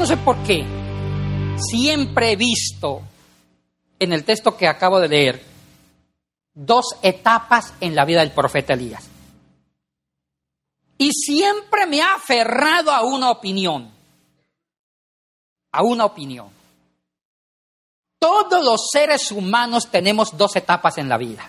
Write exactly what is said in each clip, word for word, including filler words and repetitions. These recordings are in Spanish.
no sé por qué, siempre he visto en el texto que acabo de leer dos etapas en la vida del profeta Elías. Y siempre me ha aferrado a una opinión, a una opinión. Todos los seres humanos tenemos dos etapas en la vida.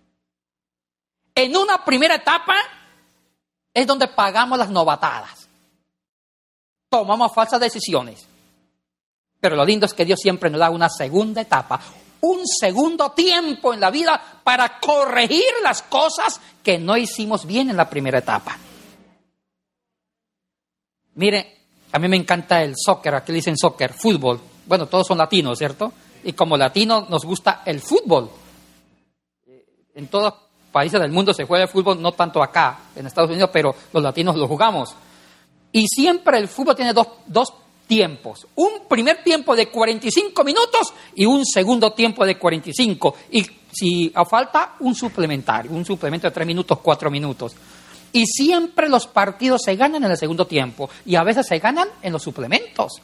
En una primera etapa es donde pagamos las novatadas. Tomamos falsas decisiones. Pero lo lindo es que Dios siempre nos da una segunda etapa, un segundo tiempo en la vida para corregir las cosas que no hicimos bien en la primera etapa. Mire, a mí me encanta el soccer, aquí le dicen soccer, fútbol. Bueno, todos son latinos, ¿cierto? Y como latinos nos gusta el fútbol. En todos los países del mundo se juega el fútbol, no tanto acá, en Estados Unidos, pero los latinos lo jugamos. Y siempre el fútbol tiene dos, dos tiempos. Un primer tiempo de cuarenta y cinco minutos y un segundo tiempo de cuarenta y cinco. Y si falta, un suplementario, un suplemento de tres minutos, cuatro minutos. Y siempre los partidos se ganan en el segundo tiempo y a veces se ganan en los suplementos.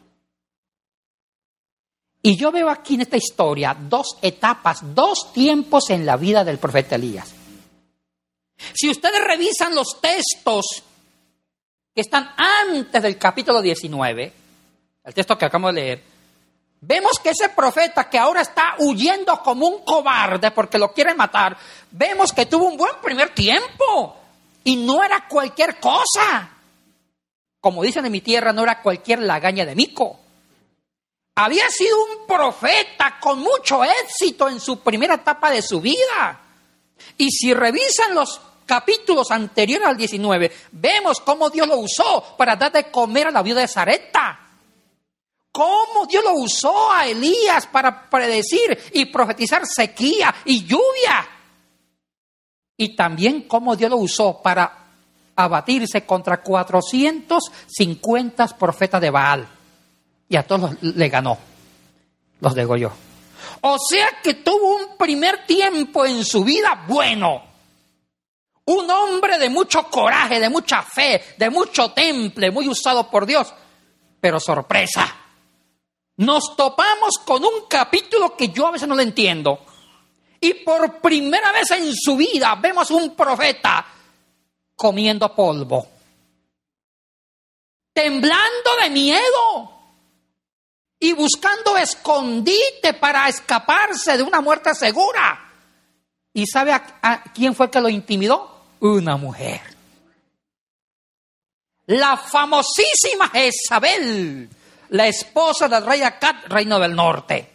Y yo veo aquí en esta historia dos etapas, dos tiempos en la vida del profeta Elías. Si ustedes revisan los textos que están antes del capítulo diecinueve, el texto que acabamos de leer, vemos que ese profeta que ahora está huyendo como un cobarde porque lo quieren matar, vemos que tuvo un buen primer tiempo. Y no era cualquier cosa. Como dicen en mi tierra, no era cualquier lagaña de mico. Había sido un profeta con mucho éxito en su primera etapa de su vida. Y si revisan los capítulos anteriores al diecinueve, vemos cómo Dios lo usó para dar de comer a la viuda de Sarepta. Cómo Dios lo usó a Elías para predecir y profetizar sequía y lluvia. Y también cómo Dios lo usó para abatirse contra cuatrocientos cincuenta profetas de Baal. Y a todos los, le ganó, los degolló. O sea que tuvo un primer tiempo en su vida bueno. Un hombre de mucho coraje, de mucha fe, de mucho temple, muy usado por Dios. Pero sorpresa, nos topamos con un capítulo que yo a veces no lo entiendo. Y por primera vez en su vida vemos un profeta comiendo polvo, temblando de miedo y buscando escondite para escaparse de una muerte segura. ¿Y sabe a, a quién fue que lo intimidó? Una mujer. La famosísima Jezabel, la esposa del rey Acab, reino del norte.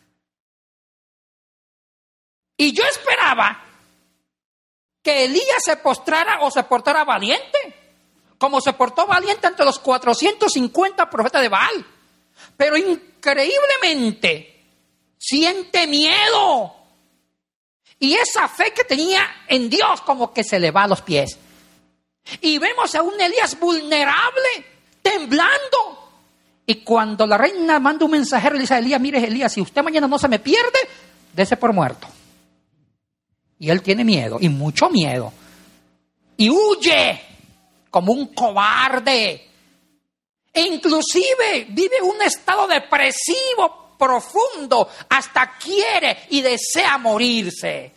Y yo esperaba que Elías se postrara o se portara valiente, como se portó valiente ante los cuatrocientos cincuenta profetas de Baal. Pero increíblemente siente miedo. Y esa fe que tenía en Dios como que se le va a los pies. Y vemos a un Elías vulnerable, temblando. Y cuando la reina manda un mensajero, le dice a Elías: mire Elías, si usted mañana no se me pierde, dese por muerto. Y él tiene miedo, y mucho miedo. Y huye como un cobarde. E inclusive vive un estado depresivo profundo. Hasta quiere y desea morirse.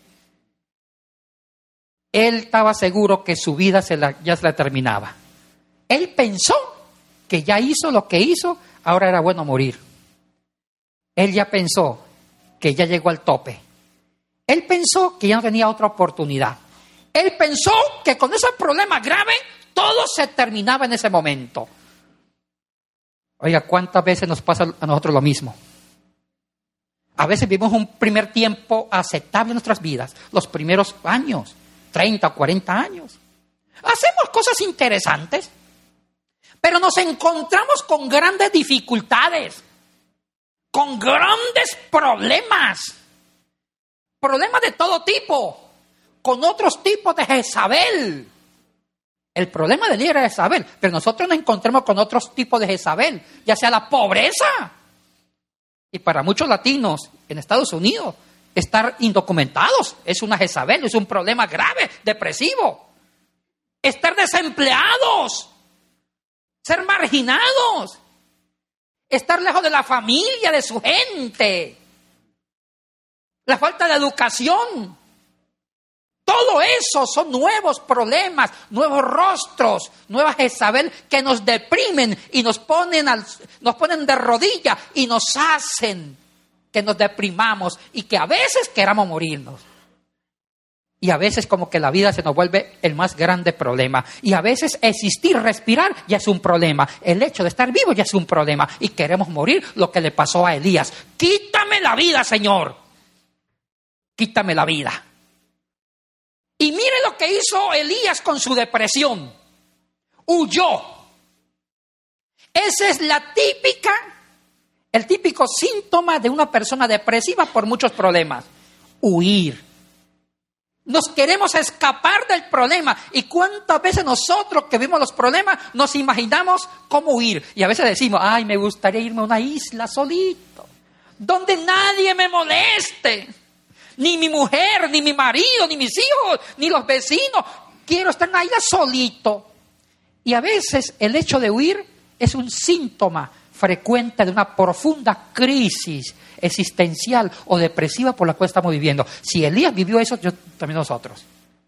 Él estaba seguro que su vida se la, ya se la terminaba. Él pensó que ya hizo lo que hizo, ahora era bueno morir. Él ya pensó que ya llegó al tope. Él pensó que ya no tenía otra oportunidad. Él pensó que con ese problema grave todo se terminaba en ese momento. Oiga, ¿cuántas veces nos pasa a nosotros lo mismo? A veces vivimos un primer tiempo aceptable en nuestras vidas, los primeros años, treinta o cuarenta años. Hacemos cosas interesantes, pero nos encontramos con grandes dificultades, con grandes problemas. Problemas de todo tipo, con otros tipos de Jezabel. El problema de Elías era Jezabel, pero nosotros nos encontramos con otros tipos de Jezabel, ya sea la pobreza. Y para muchos latinos en Estados Unidos, estar indocumentados es una Jezabel, es un problema grave, depresivo. Estar desempleados, ser marginados. estar lejos de la familia, de su gente, la falta de educación. Todo eso son nuevos problemas, nuevos rostros, nuevas Jezabel que nos deprimen y nos ponen, al, nos ponen de rodillas y nos hacen que nos deprimamos y que a veces queramos morirnos. Y a veces como que la vida se nos vuelve el más grande problema. Y a veces existir, respirar ya es un problema. El hecho de estar vivo ya es un problema. Y queremos morir, lo que le pasó a Elías. Quítame la vida, Señor. Quítame la vida. Y mire lo que hizo Elías con su depresión. Huyó. Esa es la típica, el típico síntoma de una persona depresiva por muchos problemas. Huir. Nos queremos escapar del problema. ¿Y cuántas veces nosotros que vimos los problemas nos imaginamos cómo huir? Y a veces decimos, ay, me gustaría irme a una isla solito, donde nadie me moleste. Ni mi mujer, ni mi marido, ni mis hijos, ni los vecinos. Quiero estar en una isla solito. Y a veces el hecho de huir es un síntoma frecuente de una profunda crisis existencial o depresiva por la cual estamos viviendo. Si Elías vivió eso, yo también nosotros.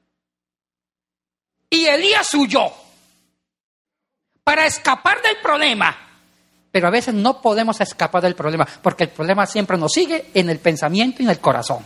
Y Elías huyó para escapar del problema. Pero a veces no podemos escapar del problema, porque el problema siempre nos sigue en el pensamiento y en el corazón.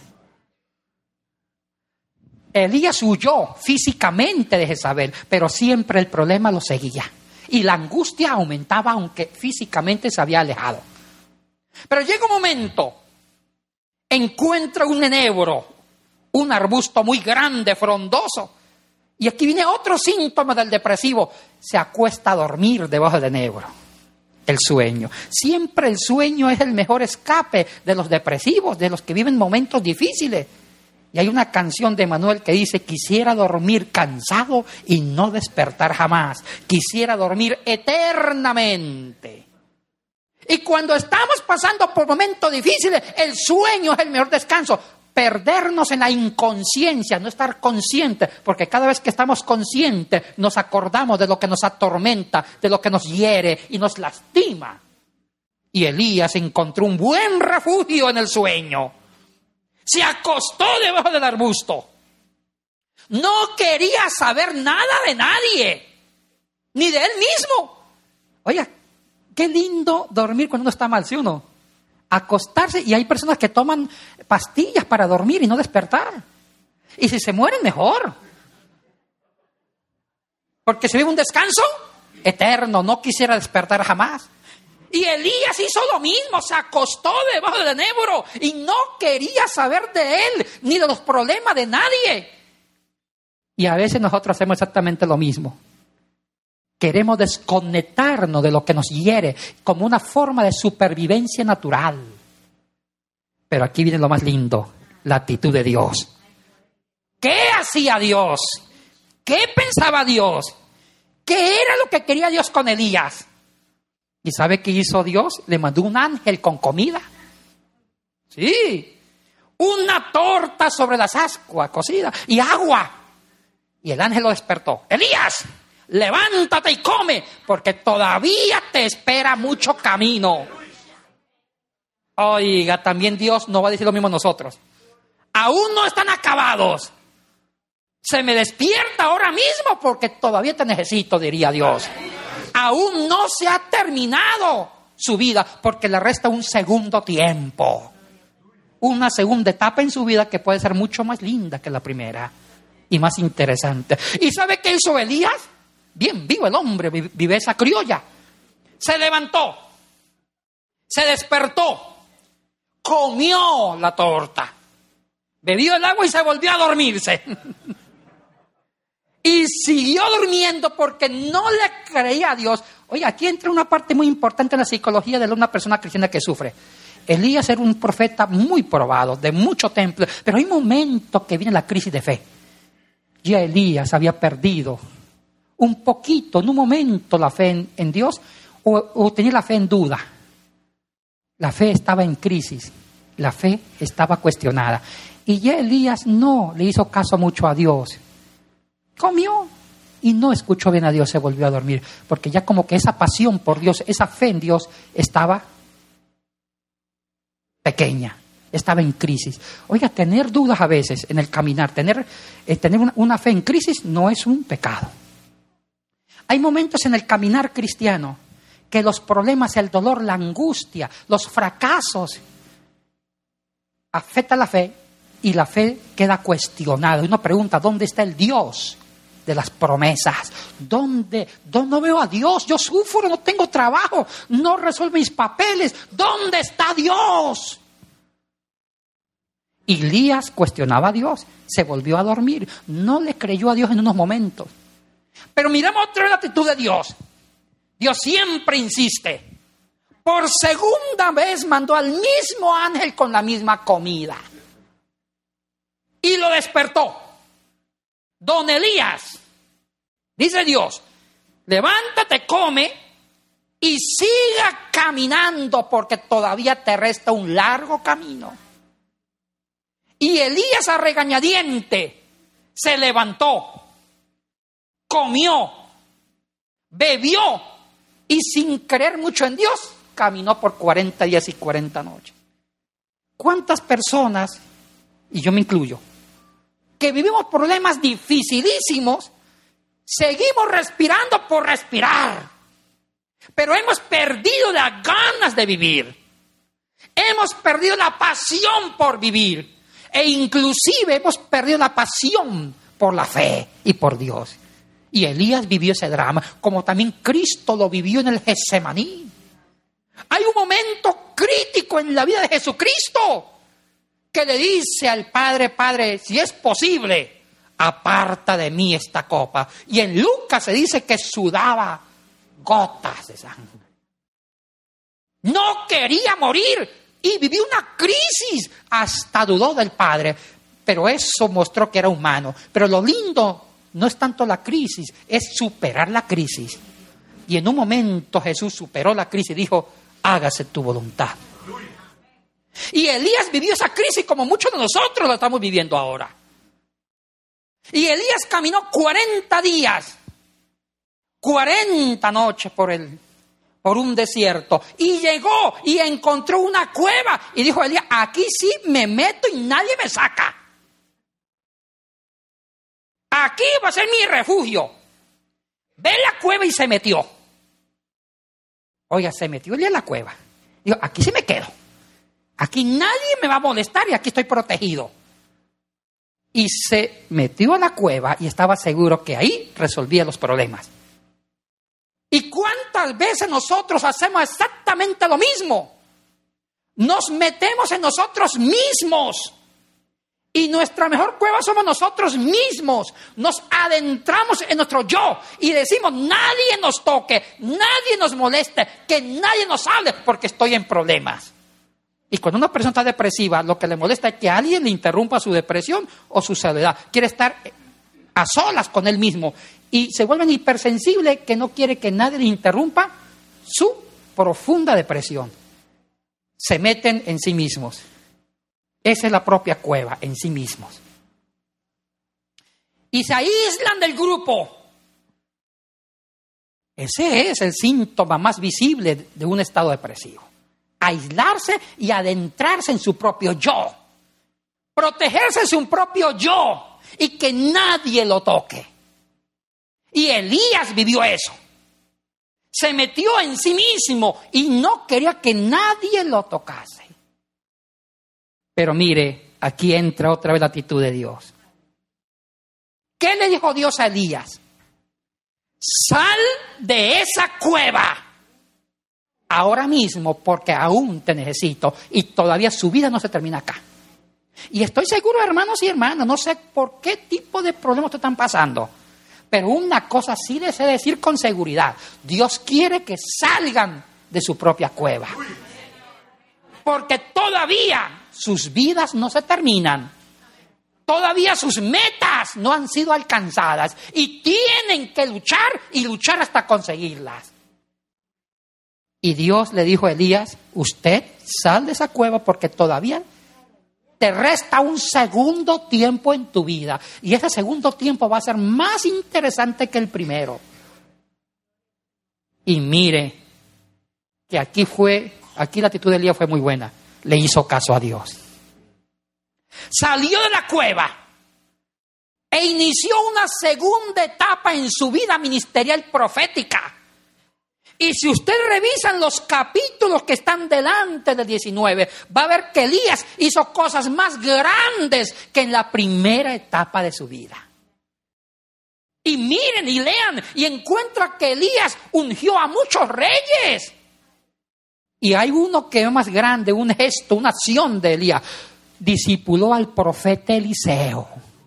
Elías huyó físicamente de Jezabel, pero siempre el problema lo seguía. Y la angustia aumentaba aunque físicamente se había alejado. Pero llega un momento, encuentra un enebro, un arbusto muy grande, frondoso. Y aquí viene otro síntoma del depresivo. Se acuesta a dormir debajo del enebro. El sueño. Siempre el sueño es el mejor escape de los depresivos, de los que viven momentos difíciles. Y hay una canción de Manuel que dice, quisiera dormir cansado y no despertar jamás. Quisiera dormir eternamente. Y cuando estamos pasando por momentos difíciles, el sueño es el mejor descanso. Perdernos en la inconsciencia, no estar conscientes, porque cada vez que estamos conscientes nos acordamos de lo que nos atormenta, de lo que nos hiere y nos lastima. Y Elías encontró un buen refugio en el sueño. Se acostó debajo del arbusto. No quería saber nada de nadie, ni de él mismo. Oiga, qué lindo dormir cuando uno está mal, ¿sí o no? Acostarse, y hay personas que toman pastillas para dormir y no despertar. Y si se mueren, mejor. Porque se vive un descanso eterno, no quisiera despertar jamás. Y Elías hizo lo mismo, se acostó debajo del enebro y no quería saber de él, ni de los problemas de nadie. Y a veces nosotros hacemos exactamente lo mismo. Queremos desconectarnos de lo que nos hiere como una forma de supervivencia natural. Pero aquí viene lo más lindo, la actitud de Dios. ¿Qué hacía Dios? ¿Qué pensaba Dios? ¿Qué era lo que quería Dios con Elías? ¿Y sabe qué hizo Dios? Le mandó un ángel con comida. Sí, una torta sobre las ascuas cocida y agua. Y el ángel lo despertó. Elías, levántate y come, porque todavía te espera mucho camino. Oiga, también Dios no va a decir lo mismo a nosotros. Aún no están acabados. Se me despierta ahora mismo porque todavía te necesito, diría Dios. Aún no se ha terminado su vida porque le resta un segundo tiempo. Una segunda etapa en su vida que puede ser mucho más linda que la primera y más interesante. ¿Y sabe qué hizo Elías? Bien vivo el hombre, vive esa criolla. Se levantó, se despertó, comió la torta, bebió el agua y se volvió a dormirse. Y siguió durmiendo porque no le creía a Dios. Oye, aquí entra una parte muy importante en la psicología de una persona cristiana que sufre. Elías era un profeta muy probado, de mucho temple, pero hay momentos que viene la crisis de fe. Ya Elías había perdido un poquito, en un momento, la fe en, en Dios, o, o tenía la fe en duda. La fe estaba en crisis, la fe estaba cuestionada. Y ya Elías no le hizo caso mucho a Dios. Comió, Y no escuchó bien a Dios, se volvió a dormir, porque ya como que esa pasión por Dios, esa fe en Dios estaba pequeña, estaba en crisis. Oiga, tener dudas a veces en el caminar, tener, eh, tener una, una fe en crisis no es un pecado. Hay momentos en el caminar cristiano que los problemas, el dolor, la angustia, los fracasos afectan la fe y la fe queda cuestionada. Uno pregunta, ¿dónde está el Dios de las promesas? ¿Dónde? ¿Dónde no veo a Dios? Yo sufro, no tengo trabajo, no resuelvo mis papeles. ¿Dónde está Dios? Elías cuestionaba a Dios, se volvió a dormir, no le creyó a Dios en unos momentos. Pero miremos otra vez la actitud de Dios. Dios siempre insiste. Por segunda vez mandó al mismo ángel con la misma comida. Y lo despertó. Don Elías, dice Dios, levántate, come y siga caminando porque todavía te resta un largo camino. Y Elías a regañadiente se levantó, comió, bebió y sin creer mucho en Dios, caminó por cuarenta días y cuarenta noches. ¿Cuántas personas, y yo me incluyo, que vivimos problemas dificilísimos, seguimos respirando por respirar, pero hemos perdido las ganas de vivir, hemos perdido la pasión por vivir e inclusive hemos perdido la pasión por la fe y por Dios? Y Elías vivió ese drama, como también Cristo lo vivió en el Getsemaní. Hay un momento crítico en la vida de Jesucristo que le dice al Padre, Padre, si es posible, aparta de mí esta copa. Y en Lucas se dice que sudaba gotas de sangre. No quería morir y vivió una crisis, hasta dudó del Padre. Pero eso mostró que era humano. Pero lo lindo no es tanto la crisis, es superar la crisis. Y en un momento Jesús superó la crisis y dijo, hágase tu voluntad. Y Elías vivió esa crisis como muchos de nosotros la estamos viviendo ahora. Y Elías caminó cuarenta días, cuarenta noches por el, por un desierto. Y llegó y encontró una cueva. Y dijo Elías, aquí sí me meto y nadie me saca. Aquí va a ser mi refugio. Ve la cueva y se metió. Oiga, se metió Elías en la cueva. Dijo, aquí sí me quedo. Aquí nadie me va a molestar y aquí estoy protegido. Y se metió a la cueva y estaba seguro que ahí resolvía los problemas. ¿Y cuántas veces nosotros hacemos exactamente lo mismo? Nos metemos en nosotros mismos. Y nuestra mejor cueva somos nosotros mismos. Nos adentramos en nuestro yo y decimos, nadie nos toque, nadie nos moleste, que nadie nos hable porque estoy en problemas. Y cuando una persona está depresiva, lo que le molesta es que alguien le interrumpa su depresión o su soledad. Quiere estar a solas con él mismo. Y se vuelven hipersensibles, que no quiere que nadie le interrumpa su profunda depresión. Se meten en sí mismos. Esa es la propia cueva, en sí mismos. Y se aíslan del grupo. Ese es el síntoma más visible de un estado depresivo. Aislarse y adentrarse en su propio yo. Protegerse en su propio yo. Y que nadie lo toque. Y Elías vivió eso. Se metió en sí mismo y no quería que nadie lo tocase. Pero mire, aquí entra otra vez la actitud de Dios. ¿Qué le dijo Dios a Elías? Sal de esa cueva ahora mismo porque aún te necesito y todavía su vida no se termina acá. Y estoy seguro, hermanos y hermanas, no sé por qué tipo de problemas te están pasando, pero una cosa sí les sé decir con seguridad. Dios quiere que salgan de su propia cueva. Porque todavía sus vidas no se terminan. Todavía sus metas no han sido alcanzadas. Y tienen que luchar y luchar hasta conseguirlas. Y Dios le dijo a Elías, usted sal de esa cueva porque todavía te resta un segundo tiempo en tu vida. Y ese segundo tiempo va a ser más interesante que el primero. Y mire que aquí fue, aquí la actitud de Elías fue muy buena. Le hizo caso a Dios. Salió de la cueva e inició una segunda etapa en su vida ministerial profética. Y si usted revisa los capítulos que están delante del diecinueve, va a ver que Elías hizo cosas más grandes que en la primera etapa de su vida. Y miren y lean y encuentran que Elías ungió a muchos reyes. Y hay uno que es más grande, un gesto, una acción de Elías. Discipuló al profeta Eliseo.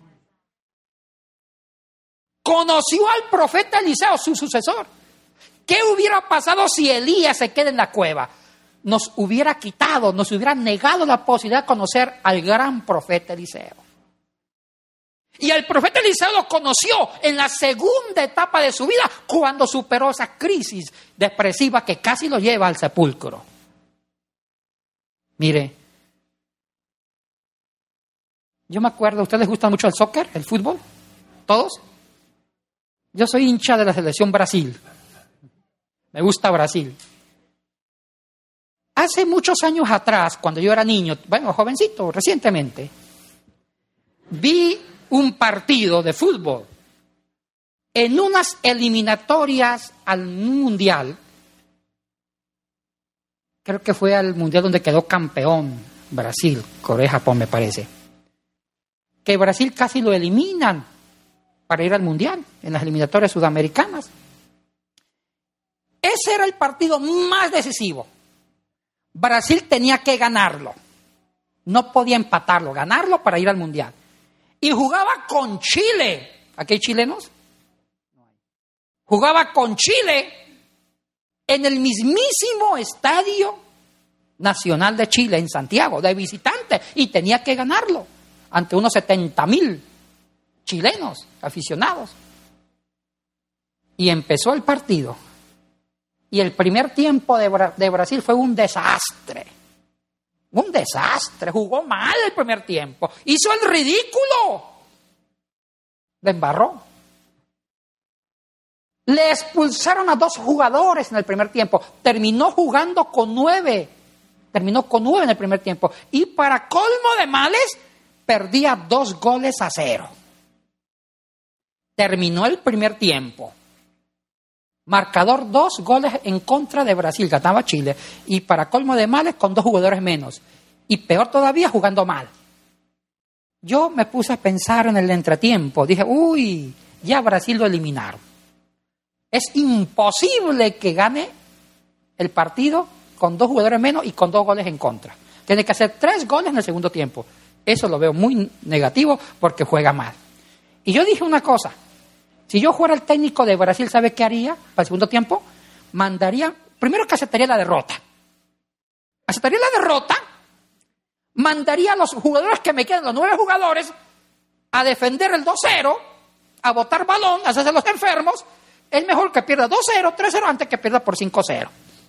Conoció al profeta Eliseo, su sucesor. ¿Qué hubiera pasado si Elías se queda en la cueva? Nos hubiera quitado, nos hubiera negado la posibilidad de conocer al gran profeta Eliseo. Y el profeta Eliseo lo conoció en la segunda etapa de su vida, cuando superó esa crisis depresiva que casi lo lleva al sepulcro. Mire, yo me acuerdo, ¿a ustedes les gusta mucho el soccer, el fútbol? ¿Todos? Yo soy hincha de la selección Brasil. Me gusta Brasil. Hace muchos años atrás, cuando yo era niño, bueno, jovencito, recientemente, vi un partido de fútbol en unas eliminatorias al Mundial. Creo que fue al Mundial donde quedó campeón Brasil, Corea, Japón, me parece. Que Brasil casi lo eliminan para ir al Mundial en las eliminatorias sudamericanas. Ese era el partido más decisivo. Brasil tenía que ganarlo. No podía empatarlo, ganarlo para ir al Mundial. Y jugaba con Chile. ¿Aquí hay chilenos? Jugaba con Chile en el mismísimo Estadio Nacional de Chile, en Santiago, de visitante. Y tenía que ganarlo ante unos setenta mil chilenos aficionados. Y empezó el partido. Y el primer tiempo de, Bra- de Brasil fue un desastre. Un desastre. Jugó mal el primer tiempo. Hizo el ridículo. Le embarró. Le expulsaron a dos jugadores en el primer tiempo. Terminó jugando con nueve. Terminó con nueve en el primer tiempo. Y para colmo de males, perdía dos goles a cero. Terminó el primer tiempo. Marcador, dos goles en contra de Brasil, ganaba Chile. Y para colmo de males, con dos jugadores menos. Y peor todavía, jugando mal. Yo me puse a pensar en el entretiempo. Dije, uy, ya Brasil lo eliminaron. Es imposible que gane el partido con dos jugadores menos y con dos goles en contra. Tiene que hacer tres goles en el segundo tiempo. Eso lo veo muy negativo porque juega mal. Y yo dije una cosa. Si yo fuera el técnico de Brasil, ¿sabe qué haría para el segundo tiempo? Mandaría, primero que aceptaría la derrota. Aceptaría la derrota, mandaría a los jugadores que me quedan, los nueve jugadores, a defender el dos cero, a botar balón, a hacerse los enfermos. Es mejor que pierda dos cero, tres cero, antes que pierda por cinco cero.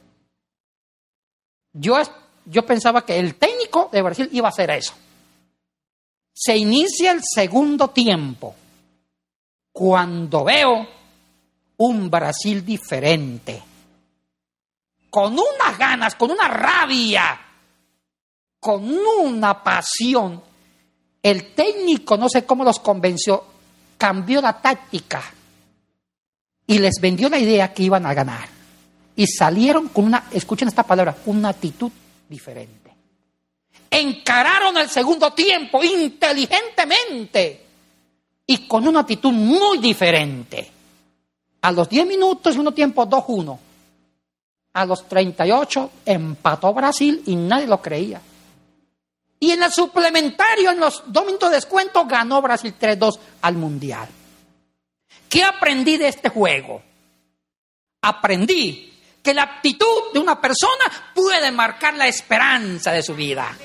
Yo, yo pensaba que el técnico de Brasil iba a hacer eso. Se inicia el segundo tiempo. Cuando veo un Brasil diferente, con unas ganas, con una rabia, con una pasión, el técnico, no sé cómo los convenció, cambió la táctica y les vendió la idea que iban a ganar. Y salieron con una, escuchen esta palabra, una actitud diferente. Encararon el segundo tiempo inteligentemente. Y con una actitud muy diferente. A los diez minutos, segundo tiempo, dos uno. A los treinta y ocho, empató Brasil y nadie lo creía. Y en el suplementario, en los dos minutos de descuento, ganó Brasil tres dos al Mundial. ¿Qué aprendí de este juego? Aprendí que la actitud de una persona puede marcar la esperanza de su vida.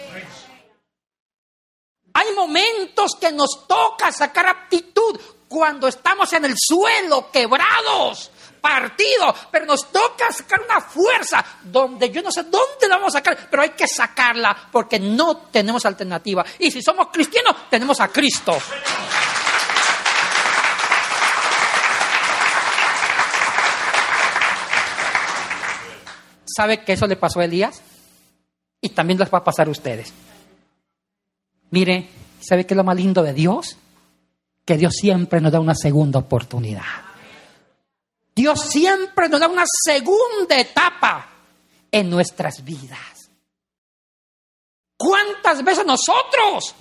Hay momentos que nos toca sacar actitud cuando estamos en el suelo, quebrados, partido, pero nos toca sacar una fuerza donde yo no sé dónde la vamos a sacar, pero hay que sacarla porque no tenemos alternativa. Y si somos cristianos, tenemos a Cristo. ¿Sabe que eso le pasó a Elías? Y también les va a pasar a ustedes. Mire, ¿sabe qué es lo más lindo de Dios? Que Dios siempre nos da una segunda oportunidad. Dios siempre nos da una segunda etapa en nuestras vidas. ¿Cuántas veces nosotros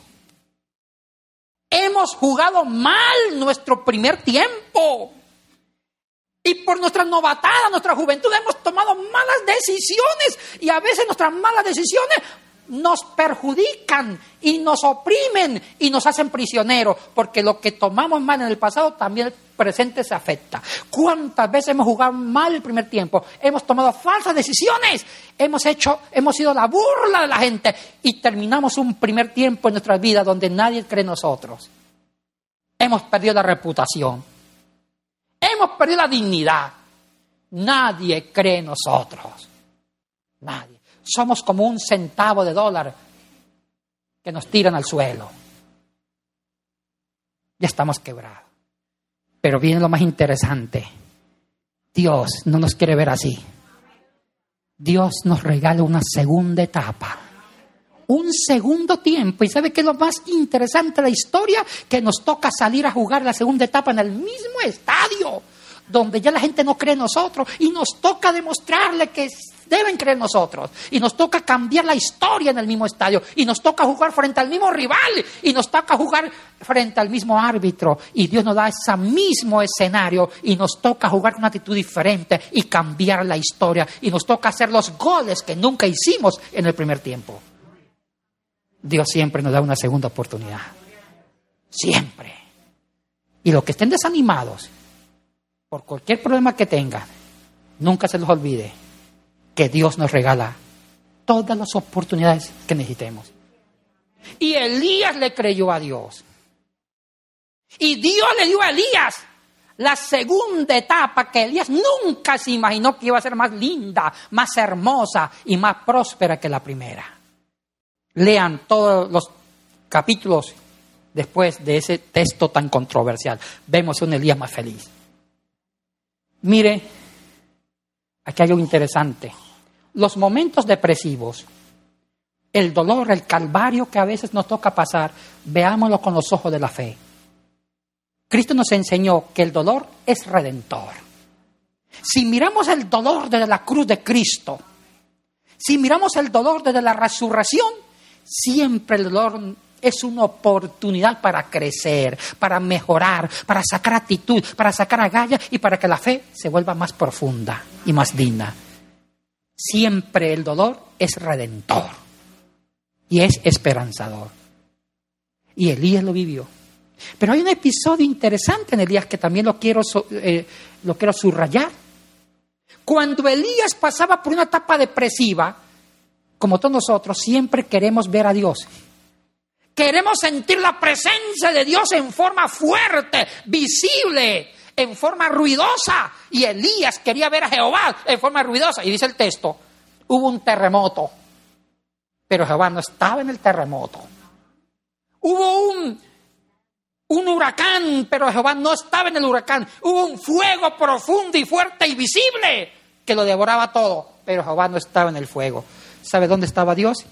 hemos jugado mal nuestro primer tiempo? Y por nuestra novatada, nuestra juventud, hemos tomado malas decisiones. Y a veces nuestras malas decisiones nos perjudican y nos oprimen y nos hacen prisioneros. Porque lo que tomamos mal en el pasado, también el presente se afecta. ¿Cuántas veces hemos jugado mal el primer tiempo? Hemos tomado falsas decisiones. Hemos hecho, hemos sido la burla de la gente. Y terminamos un primer tiempo en nuestra vida donde nadie cree en nosotros. Hemos perdido la reputación. Hemos perdido la dignidad. Nadie cree en nosotros. Nadie. Somos como un centavo de dólar que nos tiran al suelo. Ya estamos quebrados. Pero viene lo más interesante. Dios no nos quiere ver así. Dios nos regala una segunda etapa. Un segundo tiempo. ¿Y sabe qué es lo más interesante de la historia? Que nos toca salir a jugar la segunda etapa en el mismo estadio, donde ya la gente no cree en nosotros, y nos toca demostrarle que deben creer en nosotros, y nos toca cambiar la historia en el mismo estadio, y nos toca jugar frente al mismo rival, y nos toca jugar frente al mismo árbitro, y Dios nos da ese mismo escenario, y nos toca jugar con una actitud diferente y cambiar la historia, y nos toca hacer los goles que nunca hicimos en el primer tiempo. Dios siempre nos da una segunda oportunidad. Siempre. Y los que estén desanimados por cualquier problema que tengan, nunca se les olvide que Dios nos regala todas las oportunidades que necesitemos. Y Elías le creyó a Dios. Y Dios le dio a Elías la segunda etapa que Elías nunca se imaginó que iba a ser más linda, más hermosa y más próspera que la primera. Lean todos los capítulos después de ese texto tan controversial. Vemos un Elías más feliz. Mire, aquí hay algo interesante. Los momentos depresivos, el dolor, el calvario que a veces nos toca pasar, veámoslo con los ojos de la fe. Cristo nos enseñó que el dolor es redentor. Si miramos el dolor desde la cruz de Cristo, si miramos el dolor desde la resurrección, siempre el dolor es una oportunidad para crecer, para mejorar, para sacar actitud, para sacar agallas y para que la fe se vuelva más profunda y más digna. Siempre el dolor es redentor y es esperanzador. Y Elías lo vivió. Pero hay un episodio interesante en Elías que también lo quiero, eh, lo quiero subrayar. Cuando Elías pasaba por una etapa depresiva, como todos nosotros, siempre queremos ver a Dios. Queremos sentir la presencia de Dios en forma fuerte, visible, en forma ruidosa. Y Elías quería ver a Jehová en forma ruidosa. Y dice el texto, hubo un terremoto, pero Jehová no estaba en el terremoto. Hubo un, un huracán, pero Jehová no estaba en el huracán. Hubo un fuego profundo y fuerte y visible que lo devoraba todo, pero Jehová no estaba en el fuego. ¿Sabe dónde estaba Dios?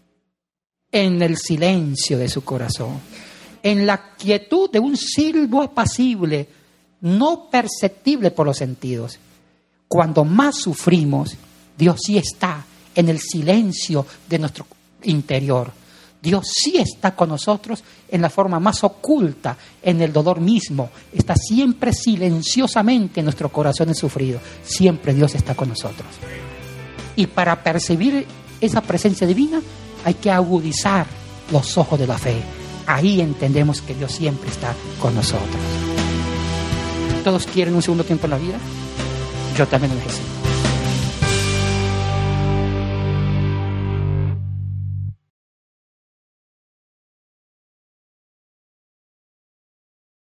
En el silencio de su corazón, en la quietud de un silbo apacible, no perceptible por los sentidos. Cuando más sufrimos, Dios sí está en el silencio de nuestro interior. Dios sí está con nosotros en la forma más oculta, en el dolor mismo. Está siempre silenciosamente en nuestro corazón sufrido. Siempre Dios está con nosotros. Y para percibir esa presencia divina, hay que agudizar los ojos de la fe. Ahí entendemos que Dios siempre está con nosotros. ¿Todos quieren un segundo tiempo en la vida? Yo también lo necesito.